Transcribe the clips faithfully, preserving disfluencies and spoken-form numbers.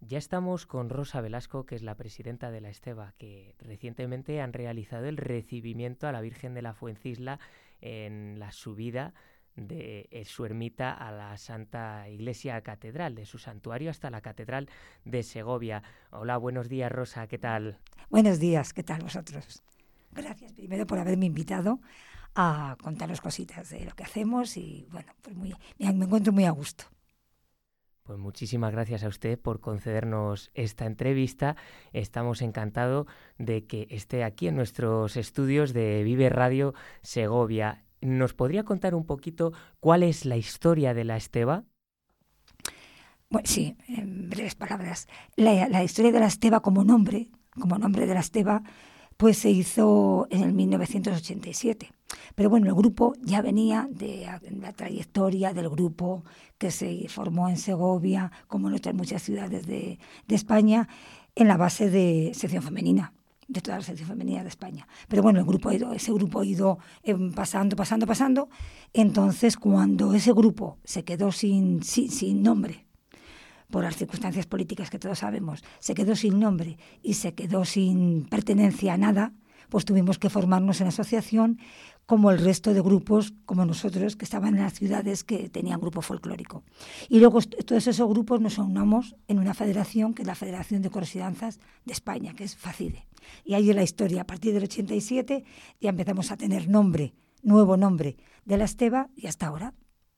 Ya estamos con Rosa Velasco, que es la presidenta de la Esteba, que recientemente han realizado el recibimiento a la Virgen de la Fuencisla en la subida de su ermita a la Santa Iglesia Catedral, de su santuario hasta la Catedral de Segovia. Hola, buenos días, Rosa, ¿qué tal? Buenos días, ¿qué tal vosotros? Gracias primero por haberme invitado a contaros cositas de lo que hacemos y bueno, pues muy, me encuentro muy a gusto. Pues muchísimas gracias a usted por concedernos esta entrevista. Estamos encantados de que esté aquí en nuestros estudios de Vive Radio Segovia. ¿Nos podría contar un poquito cuál es la historia de la Esteba? Bueno, sí, en breves palabras. La, la historia de la Esteba como nombre, como nombre de la Esteba, pues se hizo en el mil novecientos ochenta y siete. Pero bueno, el grupo ya venía de la trayectoria del grupo que se formó en Segovia, como en otras muchas ciudades de, de España, en la base de sección femenina, de toda la sección femenina de España. Pero bueno, el grupo ha ido, ese grupo ha ido eh, pasando, pasando, pasando. Entonces, cuando ese grupo se quedó sin, sin, sin nombre, por las circunstancias políticas que todos sabemos, se quedó sin nombre y se quedó sin pertenencia a nada, pues tuvimos que formarnos en asociación como el resto de grupos, como nosotros, que estaban en las ciudades que tenían grupo folclórico. Y luego todos esos grupos nos unamos en una federación, que es la Federación de Coros y Danzas de España, que es FACIDE. Y ahí es la historia. A partir del ochenta y siete ya empezamos a tener nombre, nuevo nombre de la Esteba y hasta ahora.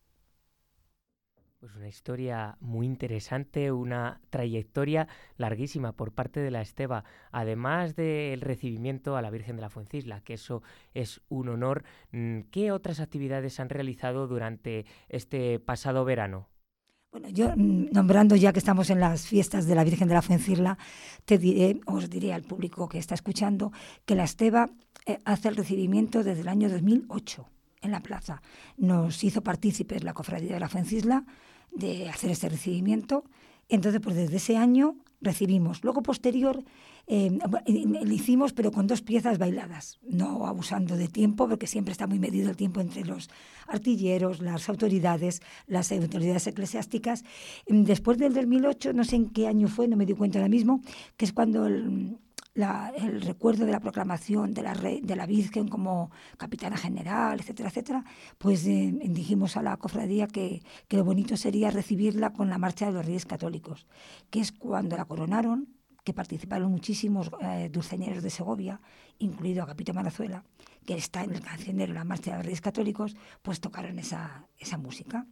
Pues una historia muy interesante, una trayectoria larguísima por parte de la Esteba, además del recibimiento a la Virgen de la Fuencisla, que eso es un honor. ¿Qué otras actividades han realizado durante este pasado verano? Bueno, yo nombrando ya que estamos en las fiestas de la Virgen de la Fuencisla, te diré, os diré al público que está escuchando, que la Esteba eh, hace el recibimiento desde el año dos mil ocho en la plaza. Nos hizo partícipes la Cofradía de la Fuencisla de hacer este recibimiento. Entonces, pues desde ese año recibimos. Luego, posterior, eh, lo hicimos, pero con dos piezas bailadas, no abusando de tiempo, porque siempre está muy medido el tiempo entre los artilleros, las autoridades, las autoridades eclesiásticas. Después del dos mil ocho, no sé en qué año fue, no me di cuenta ahora mismo, que es cuando el... La, el recuerdo de la proclamación de la, rey, de la Virgen como capitana general, etcétera, etcétera, pues eh, dijimos a la cofradía que, que lo bonito sería recibirla con la marcha de los Reyes Católicos, que es cuando la coronaron, que participaron muchísimos eh, dulzañeros de Segovia, incluido Agapito Marazuela, que está en el cancionero La Marcha de los Reyes Católicos, pues tocaron esa, esa música.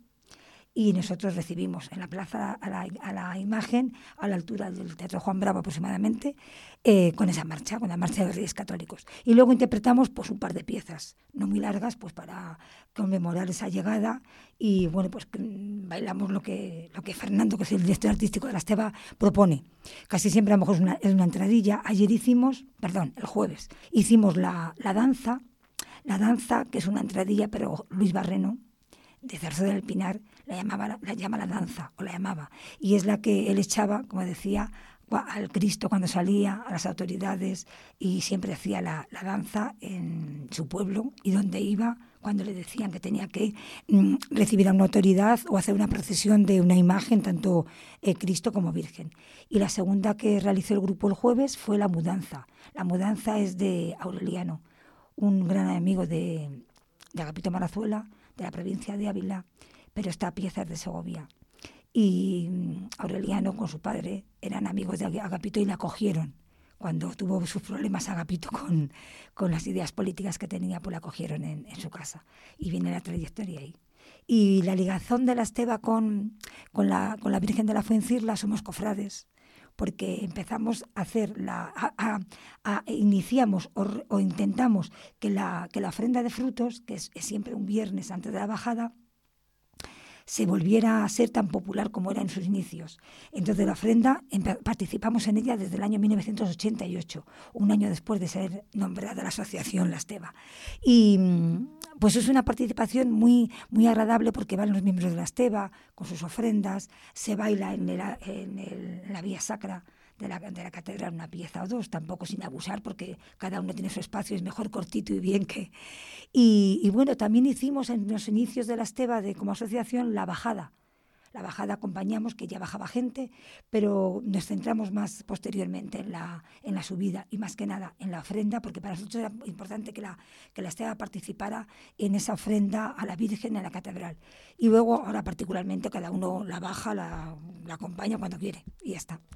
Y nosotros recibimos en la plaza a la, a la imagen, a la altura del Teatro Juan Bravo aproximadamente, eh, con esa marcha, con la marcha de los Reyes Católicos. Y luego interpretamos pues un par de piezas, no muy largas, pues para conmemorar esa llegada. Y bueno, pues bailamos lo que, lo que Fernando, que es el director artístico de la Esteba, propone. Casi siempre a lo mejor es una, es una entradilla. Ayer hicimos, perdón, el jueves, hicimos la, la danza, la danza, que es una entradilla, pero Luis Barreno, de Zarzo del Pinar, la llamaba la, la llama la danza, o la llamaba, y es la que él echaba, como decía, al Cristo cuando salía, a las autoridades, y siempre hacía la, la danza en su pueblo, y donde iba, cuando le decían que tenía que mm, recibir a una autoridad o hacer una procesión de una imagen, tanto eh, Cristo como Virgen. Y la segunda que realizó el grupo el jueves fue la mudanza. La mudanza es de Aureliano, un gran amigo de, de Agapito Marazuela, de la provincia de Ávila, pero esta pieza es de Segovia. Y Aureliano con su padre eran amigos de Agapito y la acogieron. Cuando tuvo sus problemas Agapito con, con las ideas políticas que tenía, pues la acogieron en, en su casa. Y viene la trayectoria ahí. Y la ligación de la Esteba con, con, la, con la Virgen de la Fuencisla, somos cofrades, porque empezamos a hacer la a, a, a, iniciamos o, o intentamos que la, que la ofrenda de frutos, que es, es siempre un viernes antes de la bajada, se volviera a ser tan popular como era en sus inicios. Entonces la ofrenda, participamos en ella desde el año mil novecientos ochenta y ocho, un año después de ser nombrada la asociación La Esteba. Y pues es una participación muy, muy agradable, porque van los miembros de La Esteba con sus ofrendas, se baila en, el, en, el, en la vía sacra de la, de la catedral una pieza o dos, tampoco sin abusar, porque cada uno tiene su espacio, es mejor cortito y bien que... Y, y bueno, también hicimos en los inicios de la Esteba de, como asociación, la bajada, La bajada acompañamos, que ya bajaba gente, pero nos centramos más posteriormente en la, en la subida y más que nada en la ofrenda, porque para nosotros era importante que la, que la Esteba participara en esa ofrenda a la Virgen en la catedral. Y luego, ahora particularmente, cada uno la baja, la, la acompaña cuando quiere y ya está.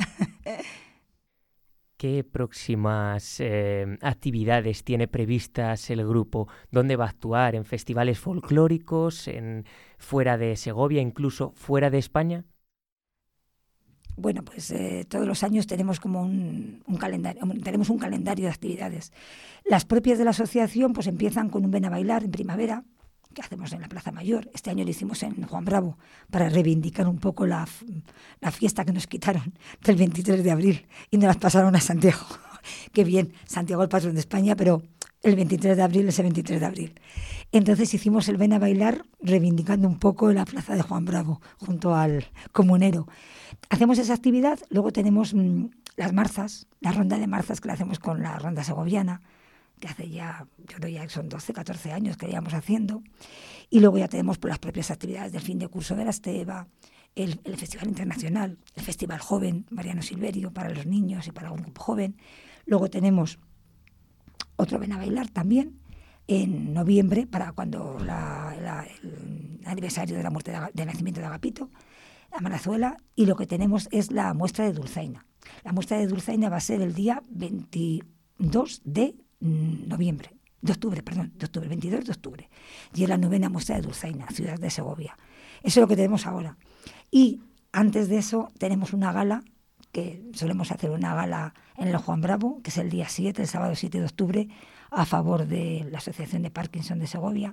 ¿Qué próximas eh, actividades tiene previstas el grupo? ¿Dónde va a actuar? ¿En festivales folclóricos? ¿En fuera de Segovia? ¿Incluso fuera de España? Bueno, pues eh, todos los años tenemos como un, un calendario, tenemos un calendario de actividades. Las propias de la asociación pues empiezan con un Ven a Bailar en primavera, que hacemos en la Plaza Mayor. Este año lo hicimos en Juan Bravo para reivindicar un poco la, la fiesta que nos quitaron del veintitrés de abril y nos las pasaron a Santiago. Qué bien, Santiago el patrón de España, pero el veintitrés de abril es el veintitrés de abril. Entonces hicimos el Ven a Bailar reivindicando un poco la Plaza de Juan Bravo junto al comunero. Hacemos esa actividad, luego tenemos mmm, las marzas, la ronda de marzas que la hacemos con la ronda segoviana, que hace ya, yo creo ya son doce, catorce años que íbamos haciendo, y luego ya tenemos pues, las propias actividades del fin de curso de la Esteba, el, el Festival Internacional, el Festival Joven, Mariano Silverio, para los niños y para un grupo joven. Luego tenemos otro Ven a Bailar también, en noviembre, para cuando la, la, el aniversario de la muerte de, del nacimiento de Agapito, la Marazuela, y lo que tenemos es la muestra de dulzaina. La muestra de dulzaina va a ser el día veintidós de noviembre, de octubre, perdón, de octubre, veintidós de octubre, y es la novena muestra de dulzaina, ciudad de Segovia. Eso es lo que tenemos ahora. Y antes de eso tenemos una gala, que solemos hacer una gala en el Juan Bravo, que es el día siete, el sábado siete de octubre, a favor de la Asociación de Parkinson de Segovia,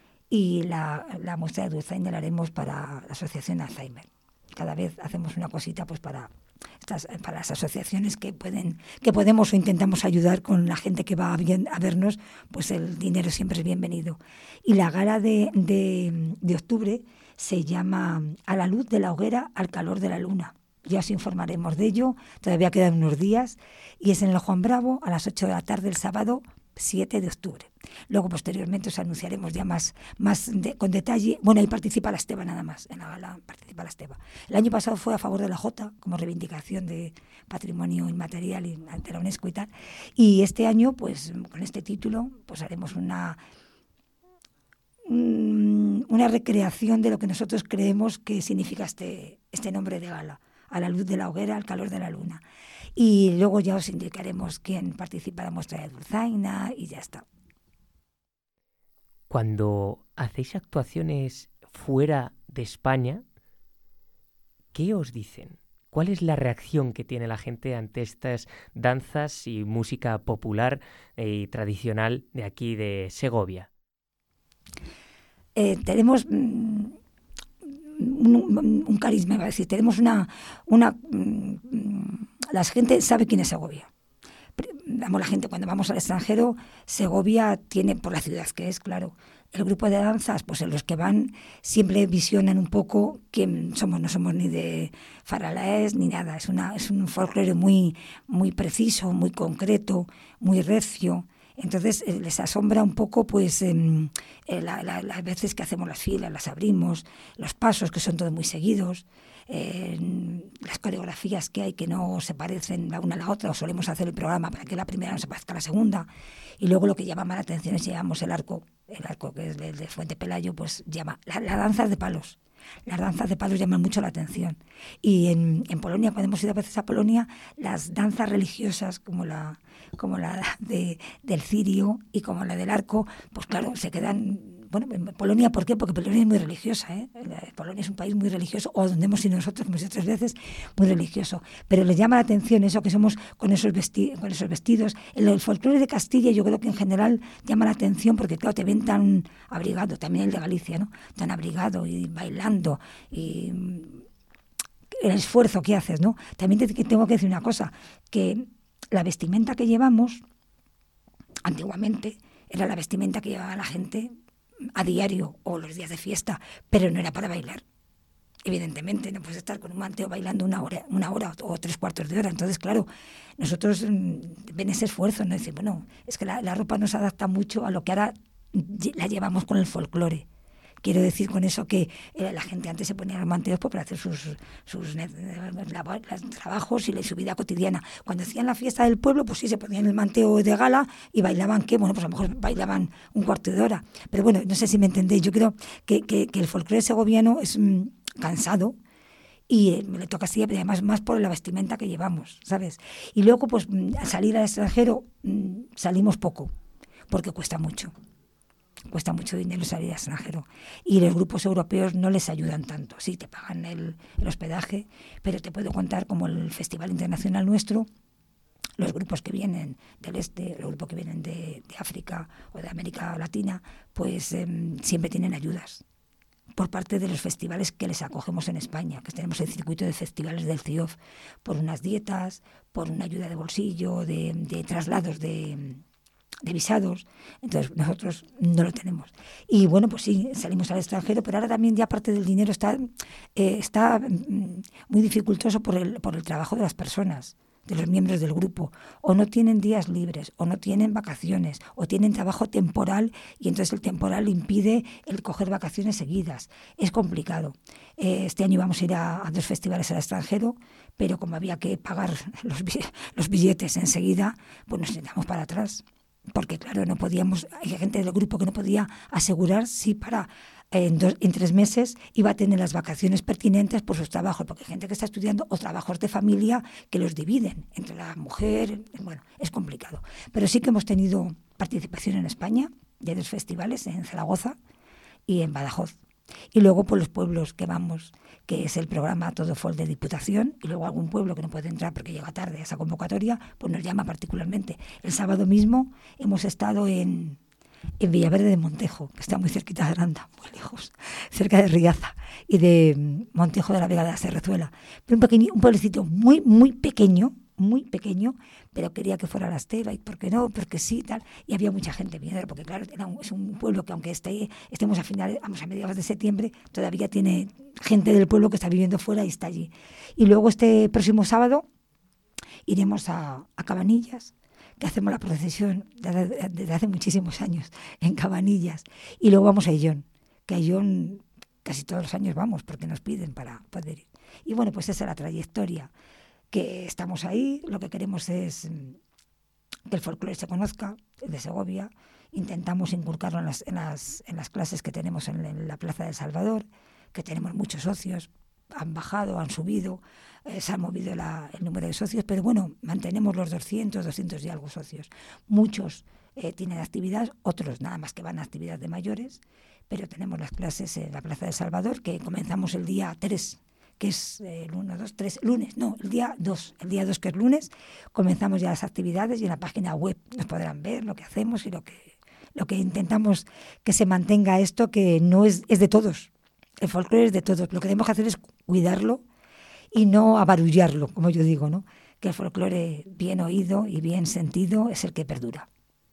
y la, la muestra de dulzaina la haremos para la Asociación Alzheimer. Cada vez hacemos una cosita pues para estas, para las asociaciones que pueden, que podemos o intentamos ayudar con la gente que va a, bien, a vernos, pues el dinero siempre es bienvenido. Y la gala de, de, de octubre se llama A la luz de la hoguera, al calor de la luna. Ya os informaremos de ello, todavía quedan unos días, y es en el Juan Bravo a las ocho de la tarde el sábado siete de octubre. Luego, posteriormente, os anunciaremos ya más, más de, con detalle. Bueno, ahí participa la Esteba nada más, en la gala participa la Esteba. El año pasado fue a favor de la Jota, como reivindicación de patrimonio inmaterial y ante la UNESCO y tal. Y este año, pues, con este título, pues haremos una, un, una recreación de lo que nosotros creemos que significa este, este nombre de gala. A la luz de la hoguera, al calor de la luna. Y luego ya os indicaremos quién participa en la muestra de dulzaina y ya está. Cuando hacéis actuaciones fuera de España, ¿qué os dicen? ¿Cuál es la reacción que tiene la gente ante estas danzas y música popular y tradicional de aquí de Segovia? Eh, tenemos... Mmm, Un, un carisma, iba a decir, tenemos una, una la gente sabe quién es Segovia. Vamos, la gente cuando vamos al extranjero, Segovia tiene, por la ciudad que es, claro, el grupo de danzas, pues en los que van siempre visionan un poco quién somos, no somos ni de Faralaes ni nada, es una es un folclore muy muy preciso, muy concreto, muy recio. Entonces eh, les asombra un poco pues eh, la, la, las veces que hacemos las filas, las abrimos, los pasos que son todos muy seguidos, eh, las coreografías que hay que no se parecen la una a la otra, o solemos hacer el programa para que la primera no se parezca a la segunda, y luego lo que llama más la atención es llevamos el arco, el arco que es de, de Fuente Pelayo, pues llama la, la danza de palos. Las danzas de palos llaman mucho la atención. Y en, en Polonia, cuando hemos ido a veces a Polonia, las danzas religiosas como la, como la de, del cirio y como la del arco, pues claro, se quedan... Bueno, en Polonia, ¿por qué? Porque Polonia es muy religiosa, ¿eh? Polonia es un país muy religioso, o donde hemos ido nosotros, como otras veces, muy religioso. Pero les llama la atención eso que somos con esos, vesti- con esos vestidos. El, el folclore de Castilla yo creo que en general llama la atención porque, claro, te ven tan abrigado, también el de Galicia, ¿no? Tan abrigado y bailando y el esfuerzo que haces, ¿no? También te, que tengo que decir una cosa, que la vestimenta que llevamos, antiguamente, era la vestimenta que llevaba la gente a diario o los días de fiesta, pero no era para bailar. Evidentemente, no puedes estar con un manteo bailando una hora, una hora o tres cuartos de hora. Entonces, claro, nosotros mmm, ven ese esfuerzo, ¿no? Dicen, bueno, es que la, la ropa nos adapta mucho a lo que ahora la llevamos con el folclore. Quiero decir con eso que eh, la gente antes se ponía los manteos pues, para hacer sus, sus labor, trabajos y su vida cotidiana. Cuando hacían la fiesta del pueblo, pues sí, se ponían el manteo de gala y bailaban, ¿qué? Bueno, pues a lo mejor bailaban un cuarto de hora. Pero bueno, no sé si me entendéis. Yo creo que, que, que el folclore segoviano es mmm, cansado, y eh, le toca así, además más por la vestimenta que llevamos, ¿sabes? Y luego, pues, al salir al extranjero, mmm, salimos poco, porque cuesta mucho. Cuesta mucho dinero salir al extranjero. Y los grupos europeos no les ayudan tanto. Sí, te pagan el, el hospedaje, pero te puedo contar como el Festival Internacional nuestro, los grupos que vienen del este, los grupos que vienen de, de África o de América Latina, pues eh, siempre tienen ayudas por parte de los festivales que les acogemos en España, que tenemos el circuito de festivales del C I O F, por unas dietas, por una ayuda de bolsillo, de, de traslados de... de visados. Entonces nosotros no lo tenemos. Y bueno, pues sí, salimos al extranjero, pero ahora también ya parte del dinero está, eh, está muy dificultoso por el, por el trabajo de las personas, de los miembros del grupo. O no tienen días libres, o no tienen vacaciones, o tienen trabajo temporal y entonces el temporal impide el coger vacaciones seguidas. Es complicado. Eh, este año íbamos a ir a, a dos festivales al extranjero, pero como había que pagar los, los billetes enseguida, pues nos sentamos para atrás. Porque claro, no podíamos, hay gente del grupo que no podía asegurar si para en, dos, en tres meses iba a tener las vacaciones pertinentes por sus trabajos, porque hay gente que está estudiando o trabajos de familia que los dividen entre la mujer, bueno, es complicado. Pero sí que hemos tenido participación en España de dos festivales, en Zaragoza y en Badajoz. Y luego por los pueblos que vamos, que es el programa Todo Folk de Diputación, y luego algún pueblo que no puede entrar porque llega tarde a esa convocatoria, pues nos llama particularmente. El sábado mismo hemos estado en, en Villaverde de Montejo, que está muy cerquita de Aranda, muy lejos, cerca de Riaza, y de Montejo de la Vega de la Serrezuela. Pero un, pequeño, un pueblecito muy, muy pequeño, muy pequeño, pero quería que fuera la Esteva, y por qué no, porque sí, tal, y había mucha gente viendo, porque claro, era un, es un pueblo que aunque esté, estemos a finales, vamos a mediados de septiembre, todavía tiene gente del pueblo que está viviendo fuera y está allí. Y luego este próximo sábado iremos a, a Cabanillas, que hacemos la procesión desde, desde hace muchísimos años, en Cabanillas, y luego vamos a Ayllón, que a Ayllón casi todos los años vamos, porque nos piden para poder ir. Y bueno, pues esa es la trayectoria, que estamos ahí, lo que queremos es que el folclore se conozca, el de Segovia, intentamos inculcarlo en las, en las, en las clases que tenemos en, en la Plaza del Salvador, que tenemos muchos socios, han bajado, han subido, eh, se ha movido la, el número de socios, pero bueno, mantenemos los doscientos, doscientos y algo socios. Muchos eh, tienen actividad, otros nada más que van a actividad de mayores, pero tenemos las clases en la Plaza del Salvador, que comenzamos el día tres, que es el uno, dos, tres, lunes, no, el día dos, el día dos que es lunes, comenzamos ya las actividades y en la página web nos podrán ver lo que hacemos y lo que, lo que intentamos que se mantenga esto, que no es, es de todos, el folclore es de todos, lo que tenemos que hacer es cuidarlo y no abarullarlo, como yo digo, ¿no? Que el folclore bien oído y bien sentido es el que perdura.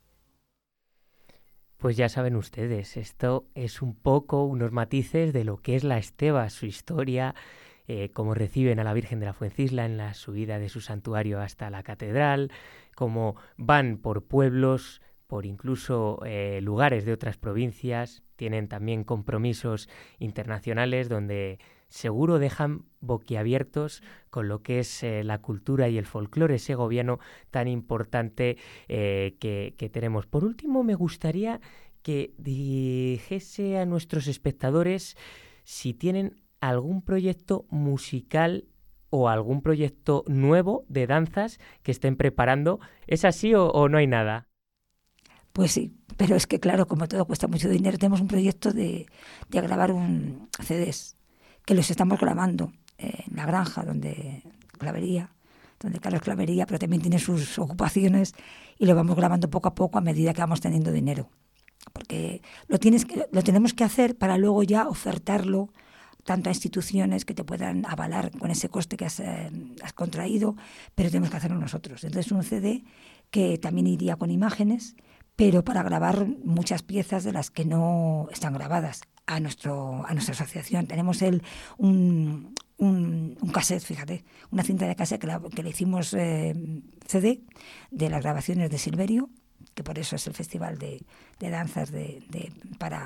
Pues ya saben ustedes, esto es un poco unos matices de lo que es la Esteva, su historia, eh, cómo reciben a la Virgen de la Fuencisla en la subida de su santuario hasta la catedral, cómo van por pueblos, por incluso eh, lugares de otras provincias, tienen también compromisos internacionales donde seguro dejan boquiabiertos con lo que es eh, la cultura y el folclore segoviano tan importante eh, que, que tenemos. Por último, me gustaría que dijese a nuestros espectadores si tienen algún proyecto musical o algún proyecto nuevo de danzas que estén preparando. ¿Es así o, o no hay nada? Pues sí, pero es que claro, como todo cuesta mucho dinero, tenemos un proyecto de, de grabar un C Ds, que los estamos grabando en la granja donde Clavería, donde Carlos Clavería, pero también tiene sus ocupaciones y lo vamos grabando poco a poco a medida que vamos teniendo dinero. Porque lo, tienes que, lo tenemos que hacer para luego ya ofertarlo tanto a instituciones que te puedan avalar con ese coste que has, eh, has contraído, pero tenemos que hacerlo nosotros. Entonces un C D que también iría con imágenes, pero para grabar muchas piezas de las que no están grabadas a nuestro a nuestra asociación. Tenemos el un, un, un cassette, fíjate, una cinta de cassette que, la, que le hicimos eh, C D de las grabaciones de Silverio, que por eso es el festival de, de danzas de, de para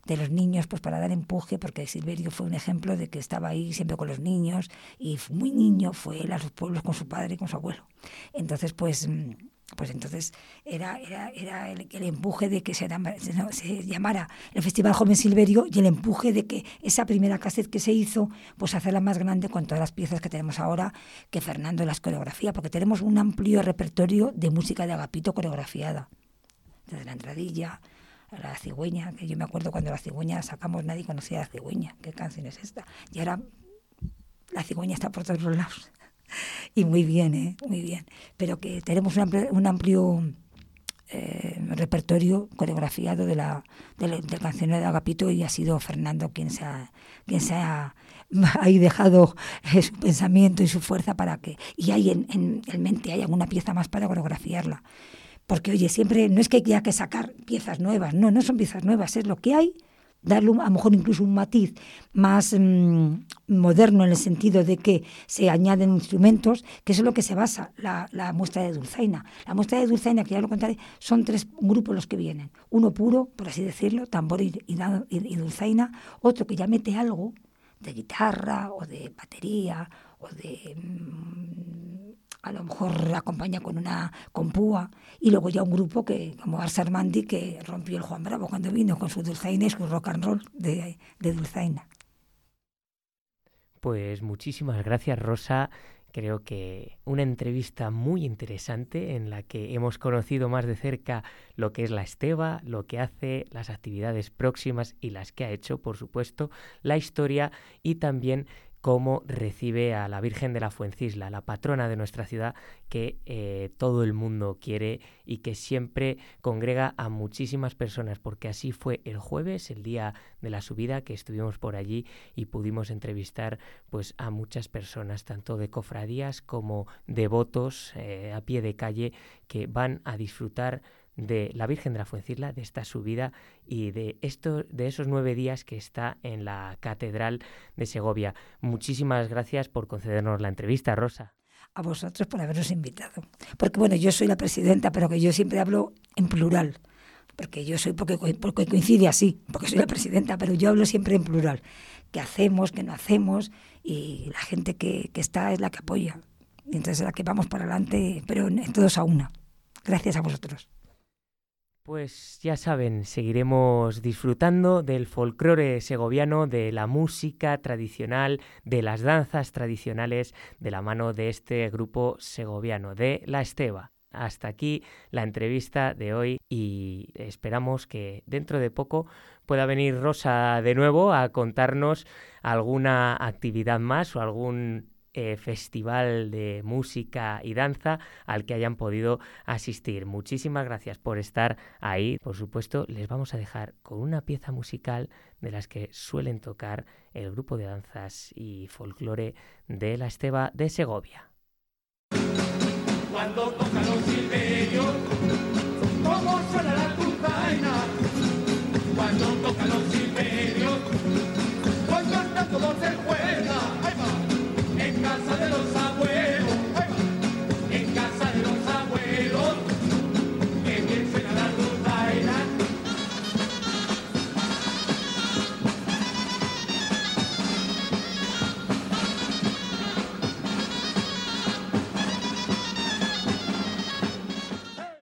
de los niños, pues para dar empuje, porque Silverio fue un ejemplo de que estaba ahí siempre con los niños y muy niño fue él a los pueblos con su padre y con su abuelo. Entonces, pues... pues entonces era, era, era el, el empuje de que se, se, se llamara el Festival Joven Silverio y el empuje de que esa primera cassette que se hizo, pues hacerla más grande con todas las piezas que tenemos ahora, que Fernando las coreografía, porque tenemos un amplio repertorio de música de Agapito coreografiada, desde la entradilla a la cigüeña, que yo me acuerdo cuando la cigüeña sacamos, nadie conocía la cigüeña, ¿qué canción es esta? Y ahora la cigüeña está por todos los lados. Y muy bien, ¿eh? Muy bien. Pero que tenemos un amplio, un amplio eh, repertorio coreografiado de la, de la, del cancionero de Agapito, y ha sido Fernando quien se ha, quien se ha ahí dejado eh, su pensamiento y su fuerza para que... Y hay en, en, en mente, hay alguna pieza más para coreografiarla. Porque, oye, siempre no es que haya que sacar piezas nuevas, no, no son piezas nuevas, es lo que hay, darle un, a lo mejor incluso un matiz más mmm, moderno en el sentido de que se añaden instrumentos, que eso es lo que se basa la, la muestra de Dulzaina. La muestra de Dulzaina, que ya lo contaré, son tres grupos los que vienen. Uno puro, por así decirlo, tambor y, y, y Dulzaina, otro que ya mete algo de guitarra o de batería o de... Mmm, a lo mejor acompaña con una con púa, y luego ya un grupo que como Ars Armandi, que rompió el Juan Bravo cuando vino con su Dulzaina y su rock and roll de, de Dulzaina. Pues muchísimas gracias, Rosa. Creo que una entrevista muy interesante en la que hemos conocido más de cerca lo que es la Esteva, lo que hace, las actividades próximas y las que ha hecho, por supuesto, la historia y también cómo recibe a la Virgen de la Fuencisla, la patrona de nuestra ciudad, que eh, todo el mundo quiere y que siempre congrega a muchísimas personas, porque así fue el jueves, el día de la subida, que estuvimos por allí y pudimos entrevistar pues a muchas personas, tanto de cofradías como devotos eh, a pie de calle, que van a disfrutar de la Virgen de la Fuencisla, de esta subida y de esto, de esos nueve días que está en la Catedral de Segovia. Muchísimas gracias por concedernos la entrevista, Rosa. A vosotros por habernos invitado. Porque bueno, yo soy la presidenta, pero que yo siempre hablo en plural. Porque yo soy, porque, porque coincide así, porque soy la presidenta, pero yo hablo siempre en plural. ¿Qué hacemos, qué no hacemos? Y la gente que, que está es la que apoya. Y entonces es la que vamos para adelante, pero todos a una. Gracias a vosotros. Pues ya saben, seguiremos disfrutando del folclore segoviano, de la música tradicional, de las danzas tradicionales, de la mano de este grupo segoviano, de La Esteva. Hasta aquí la entrevista de hoy y esperamos que dentro de poco pueda venir Rosa de nuevo a contarnos alguna actividad más o algún Eh, festival de música y danza al que hayan podido asistir. Muchísimas gracias por estar ahí. Por supuesto, les vamos a dejar con una pieza musical de las que suelen tocar el grupo de danzas y folclore de La Esteva de Segovia. Cuando tocan los silverios, ¿cómo suena la dulzaina? Cuando tocan los silverios,